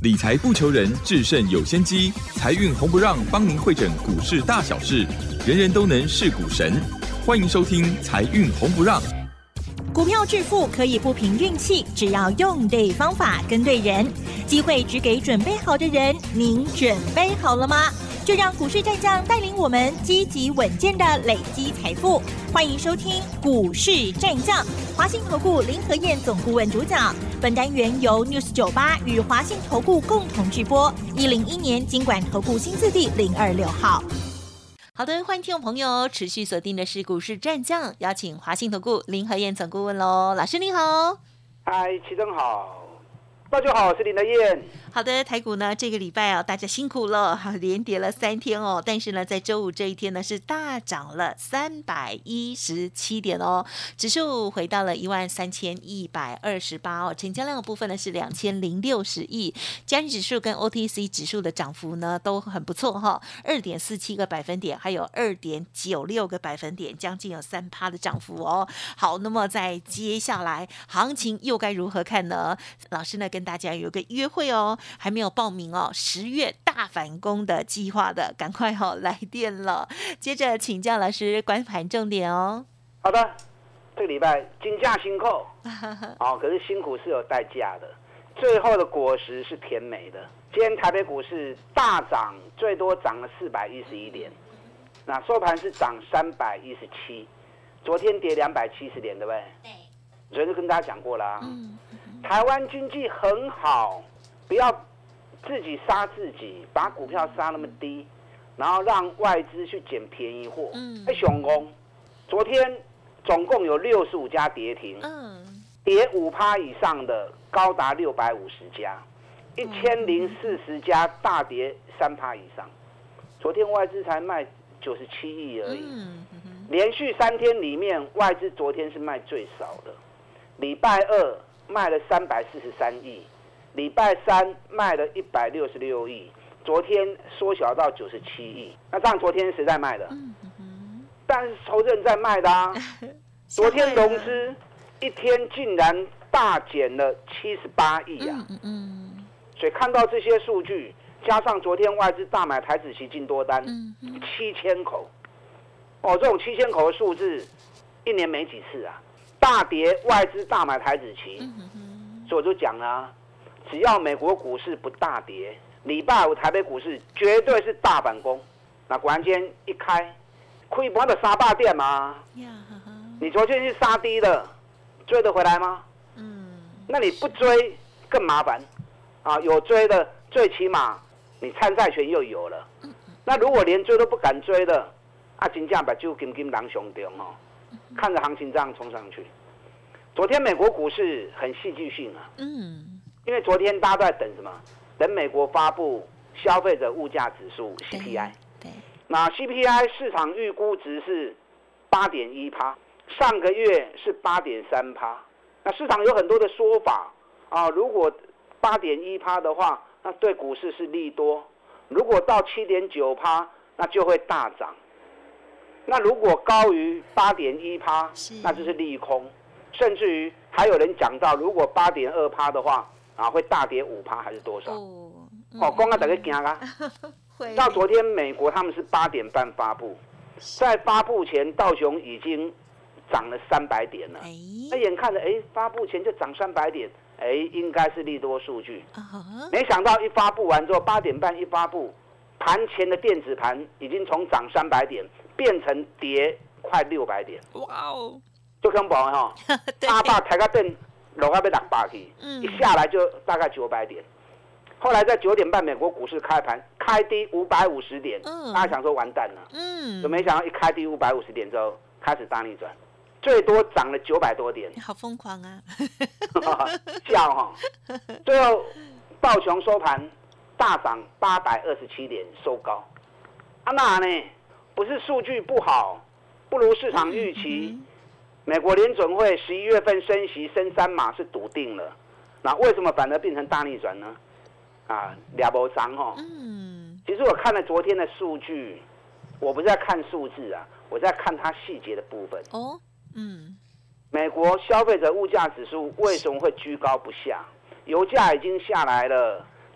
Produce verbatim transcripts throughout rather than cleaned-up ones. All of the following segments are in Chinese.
理财不求人，制胜有先机。财运红不让，帮您会诊股市大小事，人人都能是股神。欢迎收听《财运红不让》。 股票致富可以不凭运气，只要用对方法，跟对人。机会只给准备好的人，您准备好了吗？就让股市战将带领我们积极稳健的累积财富。欢迎收听股市战将，华信投顾林和燕总顾问主讲。本单元由 News 九八与华信投顾共同制播。一零一年金管投顾新字第零二六号。好的，欢迎听众朋友持续锁定的是股市战将，邀请华信投顾林和燕总顾问喽，老师您好。 嗨，齐正好，大家好，我是林和燕。 好的，台股呢这个礼拜啊，大家辛苦了，连跌了三天哦。但是呢，在周五这一天呢，是大涨了三百一十七点哦，指数回到了一万三千一百二十八哦，成交量的部分呢是两千零六十亿，加权指数跟 O T C 指数的涨幅呢都很不错哈、哦，二点四七个百分点，还有二点九六个百分点，将近有三趴的涨幅哦。好，那么在接下来行情又该如何看呢？老师呢跟大家有个约会哦。还没有报名哦，十月大反攻的计划的，赶快哦来电了。接着请教老师观盘重点哦。 好的，这个礼拜金价辛苦，哦，可是辛苦是有代价的，最后的果实是甜美的。今天台北股市大涨，最多涨了四百一十一点，那收盘是涨三百一十七，昨天跌两百七十点，对不对？对。昨天就跟大家讲过啦、嗯，台湾经济很好。不要自己杀自己，把股票杀那么低，然后让外资去捡便宜货。嗯，哎，熊工，昨天总共有六十五家跌停，嗯，跌五趴以上的高达六百五十家，一千零四十家大跌三趴以上。昨天外资才卖九十七亿而已，嗯，连续三天里面外资昨天是卖最少的，礼拜二卖了三百四十三亿。礼拜三卖了一百六十六亿，昨天缩小到九十七亿。那这样昨天谁在卖的？嗯嗯、但是投资人在卖的啊。昨天融资一天竟然大减了七十八亿啊！嗯嗯、所以看到这些数据，加上昨天外资大买台指期净多单七千口，哦，这种七千口的数字，一年没几次啊！大跌外资大买台指期，嗯、所以我就讲了、啊。只要美国股市不大跌，礼拜五台北股市绝对是大反攻。那果然今天一开，亏不的杀霸店嘛？ Yeah, uh-huh. 你昨天是杀低了，追得回来吗？嗯，那你不追更麻烦啊！有追的，最起码你参赛权又有了。嗯、那如果连追都不敢追的，啊，真正把就金金狼熊中哦，看着行情这样冲上去。昨天美国股市很戏剧性啊。嗯。因为昨天大家都在等什么？等美国发布消费者物价指数 C P I。对。那 C P I 市场预估值是 八点一趴， 上个月是 八点三趴。那市场有很多的说法啊，如果 八点一趴的话，那对股市是利多；如果到 七点九趴，那就会大涨。那如果高于 八点一趴，那就是利空。甚至于还有人讲到，如果 八点二趴的话，啊，会大跌五趴还是多少？哦，哦，讲到大家惊啊！到昨天美国他们是八点半发布，在发布前道琼已经涨了三百点了。那眼看着，哎，发布前就涨三百点，哎，应该是利多数据。没想到一发布完之后，八点半一发布，盘前的电子盘已经从涨三百点变成跌快六百点。哇哦！就恐怖哈，大把抬个灯。落到要六百去，一下来就大概九百点。后来在九点半，美国股市开盘，开低五百五十点，嗯、大家想说完蛋了，嗯，就没想到一开低五百五十点之后，开始大逆转，最多涨了九百多点， 好疯狂啊！ 笑哈，最后道琼收盘大涨八百二十七点，收高。啊，那呢，不是数据不好，不如市场预期。嗯美国联准会十一月份升息升三码是笃定了，那为什么反而变成大逆转呢？啊，俩不涨哈。嗯。其实我看了昨天的数据，我不是在看数字啊，我在看它细节的部分。哦。嗯。美国消费者物价指数为什么会居高不下？油价已经下来了，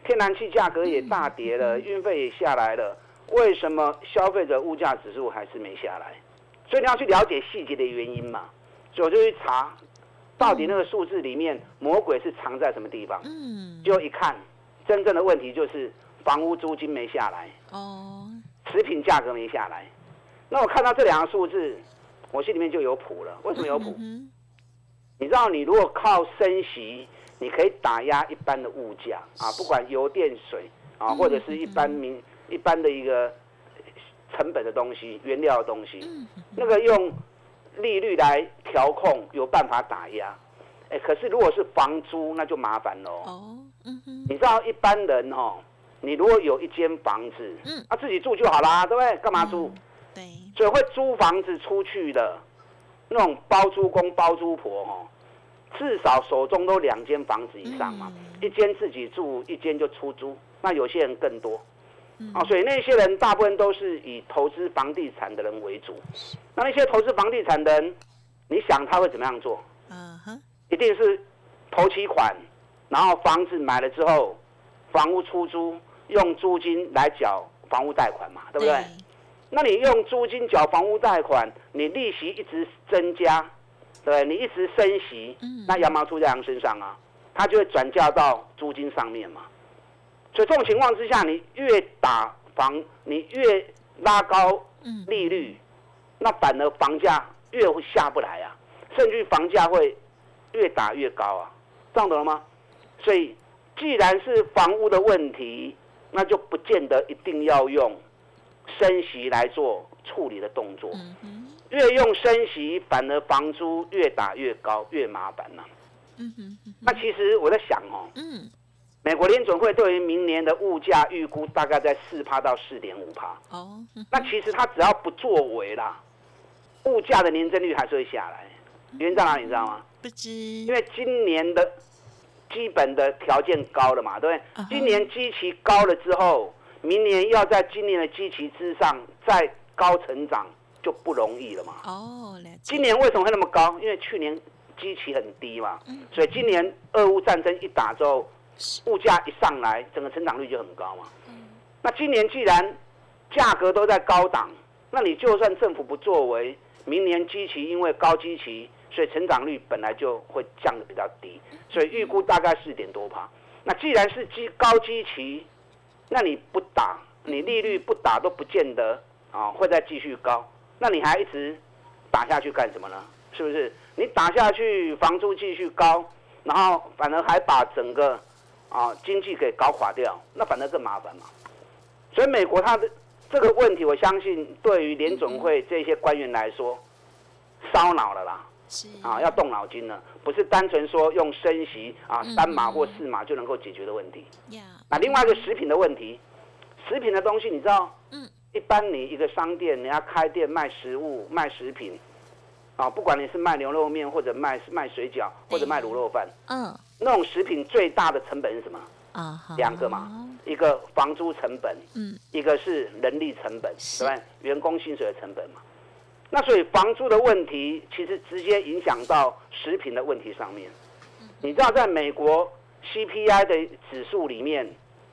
天然气价格也大跌了，运费也下来了，为什么消费者物价指数还是没下来？所以你要去了解细节的原因嘛。所以我就去查，到底那个数字里面魔鬼是藏在什么地方？嗯，就一看，真正的问题就是房屋租金没下来，哦，食品价格没下来。那我看到这两个数字，我心里面就有谱了。为什么有谱？嗯、你知道，你如果靠升息，你可以打压一般的物价啊，不管油电水啊，或者是一般民一般的一个成本的东西、原料的东西，那个用利率来调控有办法打压。哎，可是如果是房租，那就麻烦喽。哦，嗯哼，你知道一般人哦，你如果有一间房子，嗯，啊自己住就好啦，对不对？干嘛租？嗯、对，所以会租房子出去的那种包租公、包租婆哦。至少手中都两间房子以上嘛，嗯、一间自己住，一间就出租。那有些人更多，嗯啊、所以那些人大部分都是以投资房地产的人为主。那那些投资房地产的人，你想他会怎么样做？嗯哼，一定是头期款，然后房子买了之后，房屋出租，用租金来缴房屋贷款嘛，对不对？对，那你用租金缴房屋贷款，你利息一直增加。对，你一直升息，那羊毛出在羊身上啊，它就会转嫁到租金上面嘛。所以这种情况之下，你越打房，你越拉高利率，那反而房价越会下不来啊，甚至房价会越打越高啊，这样懂了吗？所以既然是房屋的问题，那就不见得一定要用升息来做处理的动作。嗯越用升息，反而房租越打越高，越麻烦了、啊。嗯哼嗯哼，那其实我在想哦，嗯，美国联准会对于明年的物价预估大概在四趴到四点五趴。哦，嗯、那其实它只要不作为啦，物价的年增率还是会下来。原因在哪里？你知道吗？不知。因为今年的基本的条件高了嘛，对不对？ Uh-huh. 今年基期高了之后，明年要在今年的基期之上再高成长。就不容易了嘛。哦，了解。今年为什么会那么高？因为去年基期很低嘛，嗯、所以今年俄乌战争一打之后，物价一上来，整个成长率就很高嘛。嗯、那今年既然价格都在高档，那你就算政府不作为，明年基期因为高基期，所以成长率本来就会降得比较低，所以预估大概四点多趴。那既然是基高基期，那你不打，你利率不打都不见得啊会再继续高。那你还一直打下去干什么呢？是不是？你打下去，房租继续高，然后反而还把整个啊经济给搞垮掉，那反而更麻烦嘛。所以美国它的这个问题，我相信对于联准会这些官员来说，烧脑了啦，啊，要动脑筋了，不是单纯说用升息啊三码或四码就能够解决的问题。那另外一个食品的问题，食品的东西你知道？嗯。一般你一个商店，你要开店卖食物、卖食品，啊，不管你是卖牛肉面或者卖卖水饺或者卖卤肉饭，嗯，那种食品最大的成本是什么？啊，两个嘛，一个房租成本，嗯，一个是人力成本，对吧？员工薪水的成本嘛。那所以房租的问题其实直接影响到食品的问题上面。你知道，在美国 C P I 的指数里面。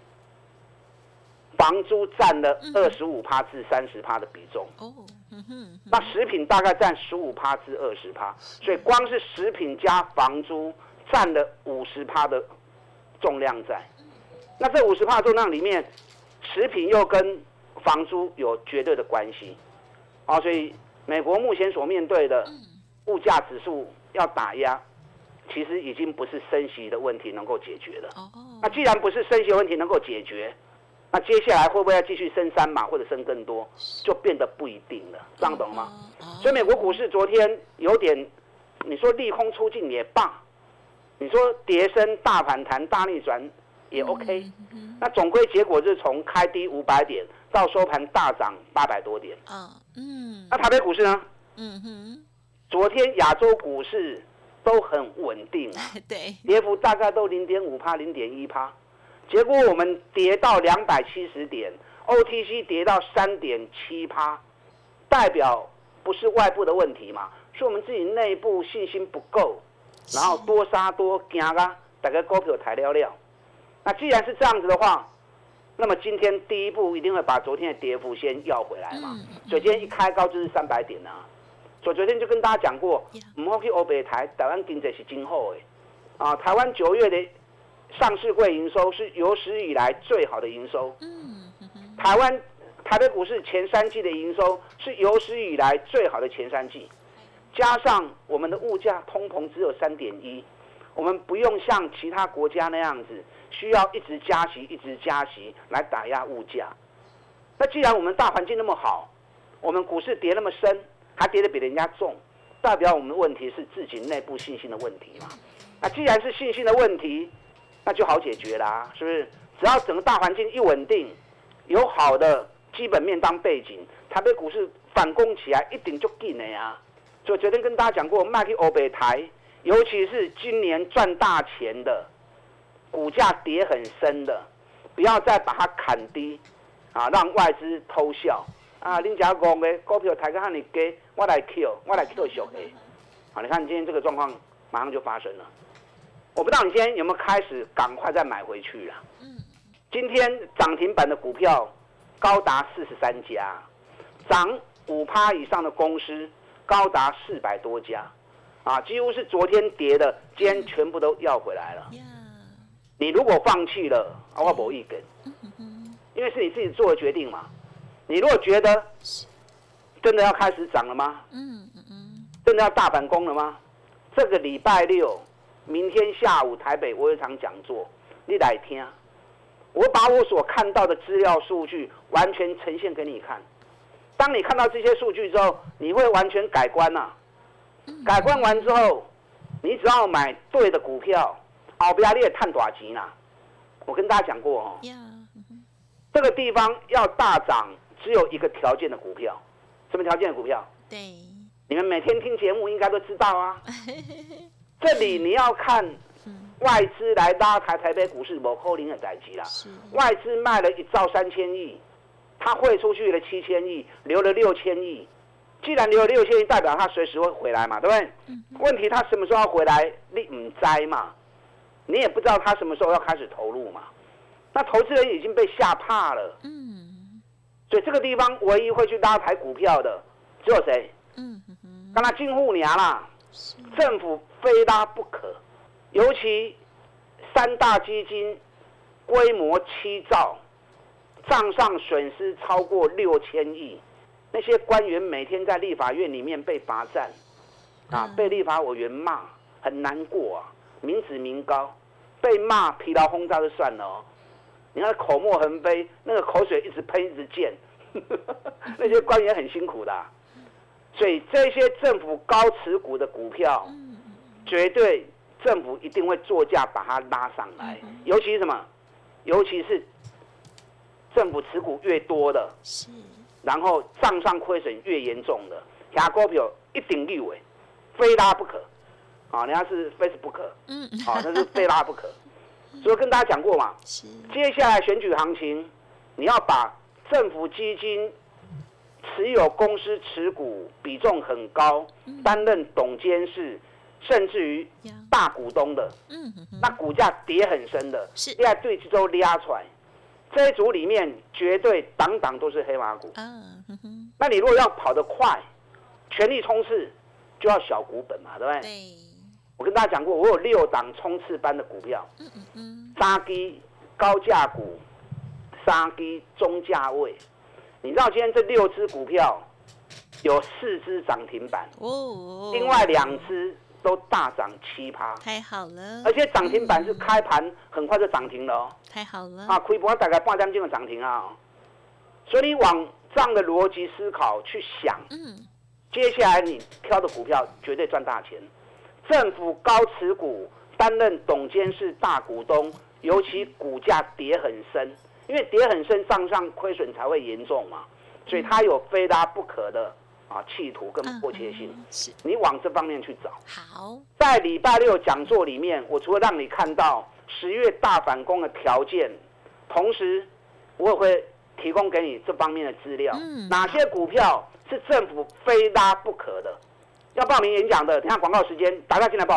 房租占了二十五趴至三十趴的比重，哦，那食品大概占十五趴至二十趴，所以光是食品加房租占了五十趴的重量在。那这五十趴重量里面，食品又跟房租有绝对的关系，啊，所以美国目前所面对的物价指数要打压，其实已经不是升息的问题能够解决了。那既然不是升息的问题能够解决，那接下来会不会要继续升三码或者升更多，就变得不一定了，这样懂吗？所以美国股市昨天有点，你说利空出尽也罢，你说跌升大反弹大逆转也 OK， 那总归结果是从开低五百点到收盘大涨八百多点。嗯，那台北股市呢？嗯哼，昨天亚洲股市都很稳定啊，对，跌幅大概都零点五趴、零点一趴。结果我们跌到两百七十点 ，O T C 跌到三点七趴，代表不是外部的问题嘛，是我们自己内部信心不够，然后多杀多惊啊，大家股票抬了了。 那既然是这样子的话，那么今天第一步一定会把昨天的跌幅先要回来嘛。所以今天一开高就是三百点啊。所以昨天就跟大家讲过，唔好去欧北台，台湾经济是真好的啊。台湾九月的上市柜营收是有史以来最好的营收。台湾台北股市前三季的营收是有史以来最好的前三季，加上我们的物价通膨只有三点一，我们不用像其他国家那样子需要一直加息一直加息来打压物价。那既然我们大环境那么好，我们股市跌那么深，还跌得比人家重，代表我们的问题是自己内部信心的问题嘛。那既然是信心的问题，那就好解决啦，是不是？只要整个大环境一稳定，有好的基本面当背景，台北股市反攻起来一定就紧的呀。所以昨天跟大家讲过，卖去欧北台，尤其是今年赚大钱的，股价跌很深的，不要再把它砍低，啊，让外资偷笑啊！恁家讲的股票抬个汉你给，我来 Q， 我来 Q 小黑，啊，你看今天这个状况马上就发生了。我不知道你今天有没有开始赶快再买回去了？今天涨停板的股票高达四十三家，涨五趴以上的公司高达四百多家，啊，几乎是昨天跌的，今天全部都要回来了。你如果放弃了，啊，我没意见，因为是你自己做的决定嘛。你如果觉得真的要开始涨了吗？真的要大反攻了吗？这个礼拜六。明天下午台北我有一场讲座，你来听。我把我所看到的资料数据完全呈现给你看。当你看到这些数据之后，你会完全改观啊。改观完之后，你只要买对的股票，后边你也赚大钱啦。我跟大家讲过哦，这个地方要大涨，只有一个条件的股票。什么条件的股票？对，你们每天听节目应该都知道啊。这里你要看外资来拉抬台北股市，没可能的代志啦。外资卖了一兆三千亿，他汇出去了七千亿，留了六千亿。既然留了六千亿，代表他随时会回来嘛，对不对？嗯、问题他什么时候要回来，你不知道嘛？你也不知道他什么时候要开始投入嘛？那投资人已经被吓怕了。嗯，所以这个地方唯一会去拉抬股票的只有谁？嗯哼，刚才金户娘啦。政府非拉不可，尤其三大基金规模七兆，账上损失超过六千亿，那些官员每天在立法院里面被罚站，啊，被立法委员骂，很难过啊，民脂民膏，被骂疲劳轰炸就算了哦，你看口沫横飞，那个口水一直喷一直溅，那些官员很辛苦的啊。所以这些政府高持股的股票，绝对政府一定会作价把它拉上来。尤其是什么？尤其是政府持股越多的，然后账上亏损越严重的，下股票一定立委，非拉不可。啊，人家是非死不可，嗯，啊，那是非拉不可。所以跟大家讲过嘛，接下来选举行情，你要把政府基金持有公司持股比重很高，担任董监事，甚至于大股东的，那股价跌很深的，现在对这周拉出来，这一组里面绝对档档都是黑马股。那你如果要跑得快，全力冲刺，就要小股本嘛，对不对？对。我跟大家讲过，我有六档冲刺班的股票，三支高价股，三支中价位。你知道今天这六只股票有四只涨停板，哦，另外两只都大涨七趴， 太好了！ 而且涨停板是开盘很快就涨停了哦， 太好了！ 啊，开盘大概半点钟就涨停啊，所以你往这样的逻辑思考去想，嗯，接下来你挑的股票绝对赚大钱。政府高持股，担任董监事大股东，尤其股价跌很深。因为跌很深，账上亏损才会严重嘛，所以它有非拉不可的啊企图跟迫切性。嗯、你往这方面去找。好，在礼拜六讲座里面，我除了让你看到十月大反攻的条件，同时我也会提供给你这方面的资料。嗯、哪些股票是政府非拉不可的？要报名演讲的，等下广告时间，大家进来报名。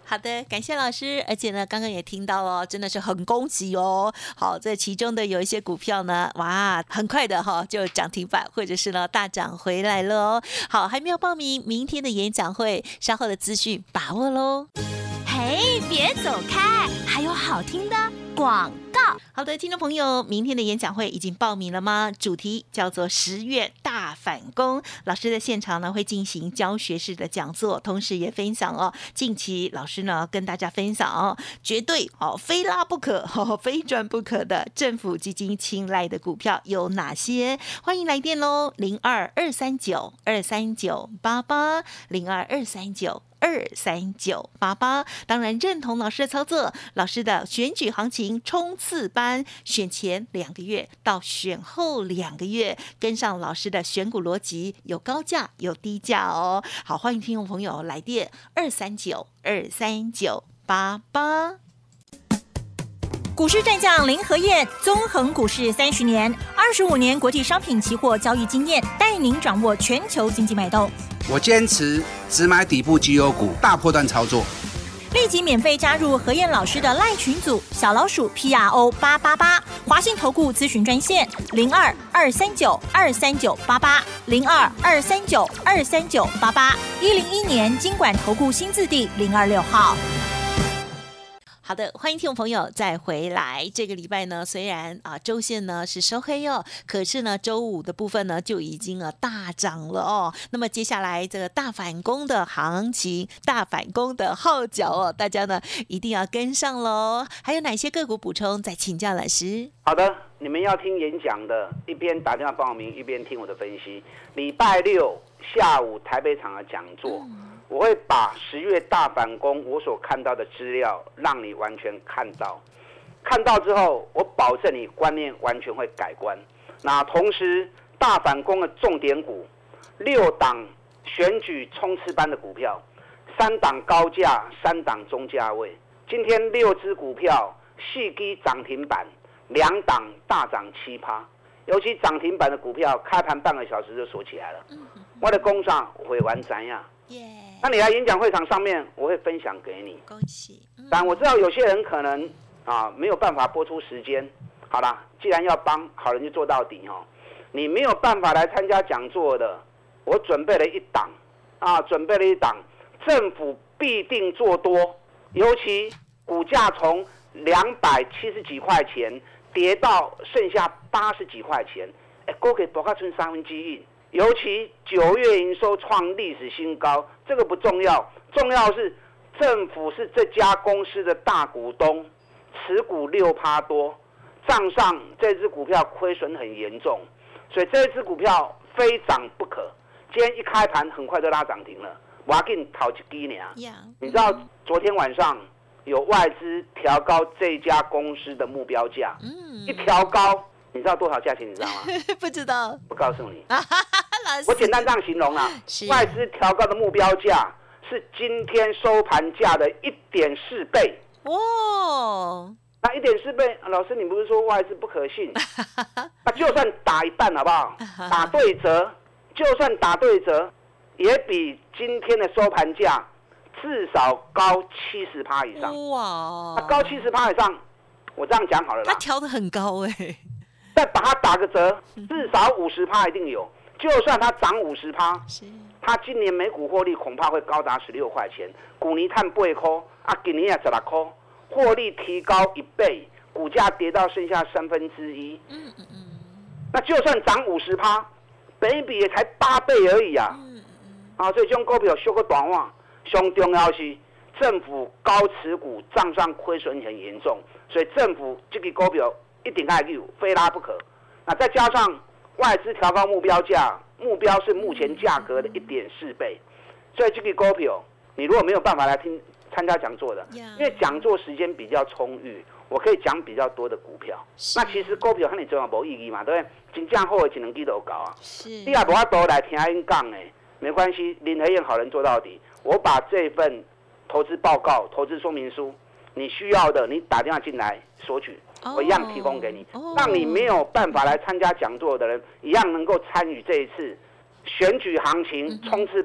好的，感谢老师。而且呢，刚刚也听到哦，真的是很恭喜哦。好，这其中的有一些股票呢，哇，很快的哈、哦、就涨停板，或者是呢大涨回来了哦。好，还没有报名明天的演讲会，稍后的资讯把握喽。 嘿，别走开，还有好听的广告。 好的，听众朋友，明天的演讲会已经报名了吗？主题叫做十月大反攻。老师在现场呢会进行教学式的讲座，同时也分享哦，近期老师呢跟大家分享哦，绝对哦非拉不可、哦、非赚不可的政府基金青睐的股票有哪些？欢迎来电喽，零二二三九二三九八八零二二三九。二三九八八，当然认同老师的操作，老师的选举行情冲刺班，选前两个月到选后两个月，跟上老师的选股逻辑，有高价有低价哦。好，欢迎听众朋友来电二三九二三九八八。 股市战将林和燕，纵横股市三十年，二十五年国际商品期货交易经验，带您掌握全球经济脉动。 我坚持只买底部绩优股，大波段操作。 立即免费加入和燕老师的赖群组，小老鼠 P R O 八八八，华信投顾咨询专线零二二三九二三九八八零二二三九二三九八八，一零一年金管投顾新字第零二六号。 好的，欢迎听众朋友再回来。这个礼拜呢，虽然啊周线呢是收黑哦，可是呢周五的部分呢就已经啊大涨了哦。那么接下来这个大反攻的行情，大反攻的号角哦，大家呢一定要跟上喽。还有哪些个股补充？再请教老师。 好的，你们要听演讲的，一边打电话报名，一边听我的分析。礼拜六下午台北场的讲座。嗯，我会把十月大反攻我所看到的资料让你完全看到，看到之后，我保证你观念完全会改观。那同时，大反攻的重点股，六档选举冲刺班的股票，三档高价，三档中价位。今天六只股票细基涨停板，两档大涨七趴。尤其涨停板的股票，开盘半个小时就锁起来了。我的工厂会玩怎样？ 耶！ 那你来演讲会场上面，我会分享给你。 恭喜！嗯、 但我知道有些人可能啊没有办法播出时间。好啦，既然要帮好人就做到底哦。你没有办法来参加讲座的，我准备了一档啊，准备了一档，政府必定做多，尤其股价从两百七十几块钱跌到剩下八十几块钱，哎，股价博到剩三分之一。尤其九月营收创历史新高，这个不重要，重要是政府是这家公司的大股东，持股六趴多，账上这只股票亏损很严重，所以这只股票非涨不可。今天一开盘很快就拉涨停了，我要给你讨一支呢。你知道昨天晚上有外资调高这家公司的目标价，一调高。你知道多少价钱？你知道吗？ 不知道。 不告诉你。我简单这样形容啦，外资调高的目标价是今天收盘价的一点四倍。 哇！ 那一点四倍，老师你不是说外资不可信？那就算打一半好不好？打对折，就算打对折，也比今天的收盘价至少高七十趴以上。哇！那高七十趴以上，我这样讲好了啦。 它调得很高哎、欸。 再把它打个折，至少五十趴一定有。就算它涨五十趴，它今年每股获利恐怕会高达十六块钱。股尼碳八块，啊，今年也十六块，获利提高一倍，股价跌到剩下三分之一。嗯嗯嗯。那就算涨五十趴，本益比也才八倍而已啊。嗯嗯。啊，所以这种股票修个短话，上重要是政府高持股，账上亏损很严重，所以政府这个股票。一定爱有，非拉不可。那再加上外资调高目标价，目标是目前价格的一点四倍，所以这个股票你如果没有办法来听参加讲座的，因为讲座时间比较充裕，我可以讲比较多的股票。那其实股票和你重要无意义嘛，对不对？真正好的一两支都有搞啊。你也无法度来听因讲的，没关系，林和燕好人做到底。我把这份投资报告、投资说明书，你需要的，你打电话进来索取。我一样提供给你，让你没有办法来参加讲座的人，一样能够参与这一次选举行情冲刺班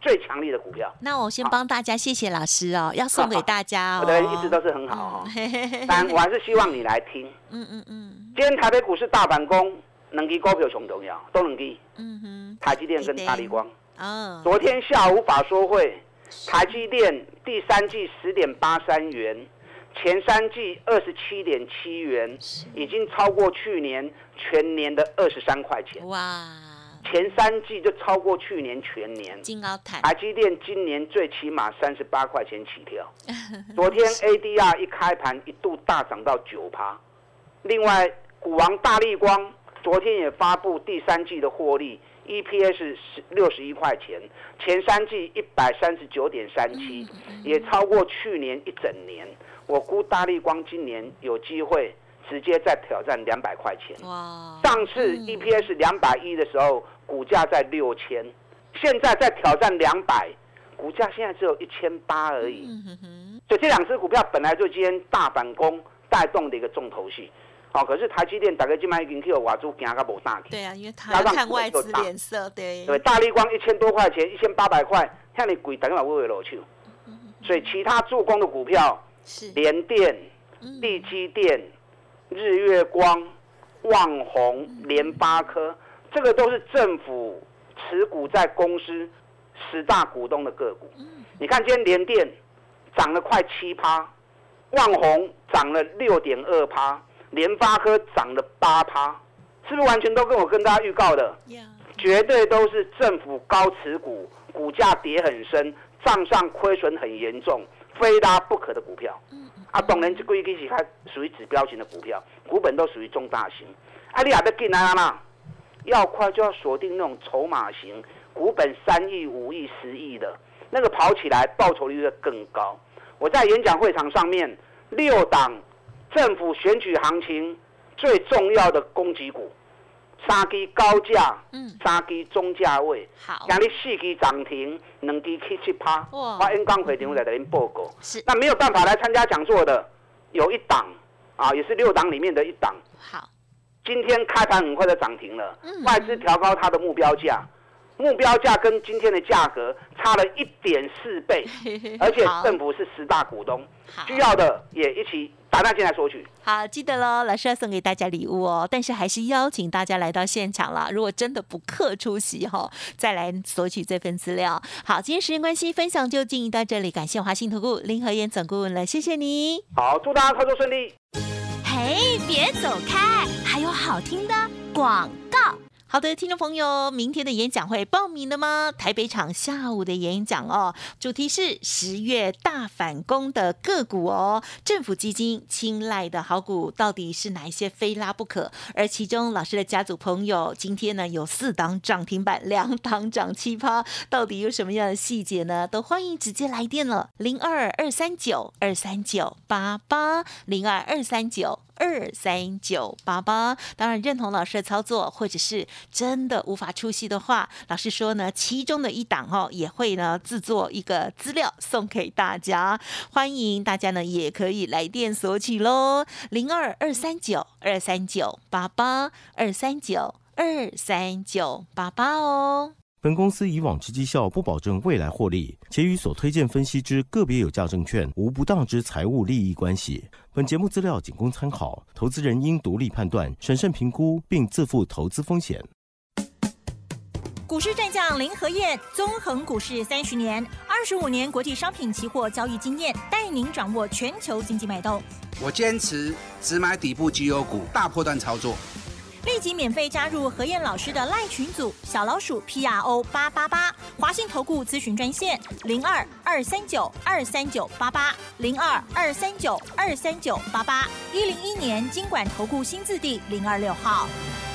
最强力的股票。 那我先帮大家谢谢老师哦，要送给大家哦。 我的意思都是很好哦，但我还是希望你来听。 嗯嗯嗯。 今天台北股市大反攻，两支股票很重要，都两支。 嗯哼。 台积电跟大立光。 哦。 昨天下午法说会，台积电第三季十点八三元，前三季二十七点七元，已经超过去年全年的二十三块钱。 哇！ 前三季就超过去年全年。 金高谈。 台积电今年最起码三十八块钱起跳。昨天 A D R 一开盘一度大涨到九趴。另外，股王大立光昨天也发布第三季的获利 ，E P S 六十一块钱，前三季一百三十九点三七，也超过去年一整年。我估大立光今年有机会直接再挑战两百块钱。哇！上次 E P S 两百一的时候，股价在六千，现在在挑战两百，股价现在只有一千八而已。所以这两只股票本来就今天大反攻带动的一个重头戏。哦，可是台积电大概今麦已经去外资行到无大去。 对啊，因为他要看外资脸色，对。对， 大立光一千多块钱，一千八百块，像你贵，大概会会落去。所以其他助攻的股票，联电、力积电、日月光、旺宏、联发科，这个都是政府持股在公司十大股东的个股。你看今天联电涨了快七趴，旺宏涨了六点二趴。联发科涨了八趴，是不是完全都跟我跟大家预告的？ Yeah. 绝对都是政府高持股，股价跌很深，账上亏损很严重，非拉不可的股票。嗯、啊，当然这几支是它属于指标型的股票，股本都属于中大型。啊，你也要进来啦，要快就要锁定那种筹码型，股本三亿、五亿、十亿的，那个跑起来报酬率会更高。我在演讲会场上面六档。政府选举行情最重要的攻击股，三支高价，嗯，三支中价位， 好， 今日四支涨停，两支起七趴，我演讲会场来给您报告。 是， 那没有办法来参加讲座的，有一档啊，也是六档里面的一档。 好， 今天开盘很快就涨停了，嗯、外资调高它的目标价。目标价跟今天的价格差了一点四倍，而且政府是十大股东，需要的也一起打电进来索取。 好，记得喽，老师要送给大家礼物哦，但是还是邀请大家来到现场了。如果真的不克出席哈，再来索取这份资料。好，今天时间关系，分享就进行到这里，感谢华信投顾林和彥总顾问了，谢谢你。 好，祝大家操作顺利。 嘿，别走开，还有好听的广告。 好的，听众朋友，明天的演讲会报名了吗？台北场下午的演讲哦，主题是十月大反攻的个股哦，政府基金青睐的好股到底是哪一些非拉不可？而其中老师的家族朋友今天呢有四档涨停板，两档涨七趴，到底有什么样的细节呢？都欢迎直接来电了，零二二三九二三九八八零二二三九。二三九八八，当然认同老师的操作，或者是真的无法出席的话，老师说呢，其中的一档哦也会呢制作一个资料送给大家，欢迎大家呢也可以来电索取喽，零二二三九二三九八八二三九二三九八八哦。 本公司以往之绩效不保证未来获利，且与所推荐分析之个别有价证券无不当之财务利益关系。本节目资料仅供参考，投资人应独立判断、审慎评估，并自负投资风险。 股市战将林和彥，纵横股市三十年，二十五年国际商品期货交易经验，带您掌握全球经济脉动。 我坚持只买底部绩优股，大波段操作。 立即免费加入和彥老师的 LINE 群组，小老鼠 P R O 八八八，华信投顾咨询专线零二二三九二三九八八零二二三九二三九八八，一零一年金管投顾新字第零二六号。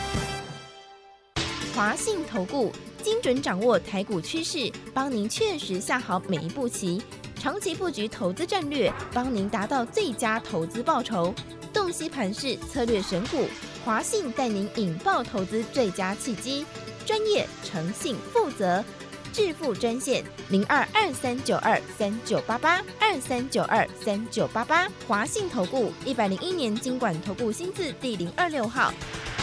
华信投顾精准掌握台股趋势，帮您确实下好每一步棋，长期布局投资战略，帮您达到最佳投资报酬。洞悉盘势，策略选股，华信带您引爆投资最佳契机，专业、诚信、负责，致富专线零二二三九二三九八八二三九二三九八八，华信投顾一百零一年金管投顾新字第零二六号。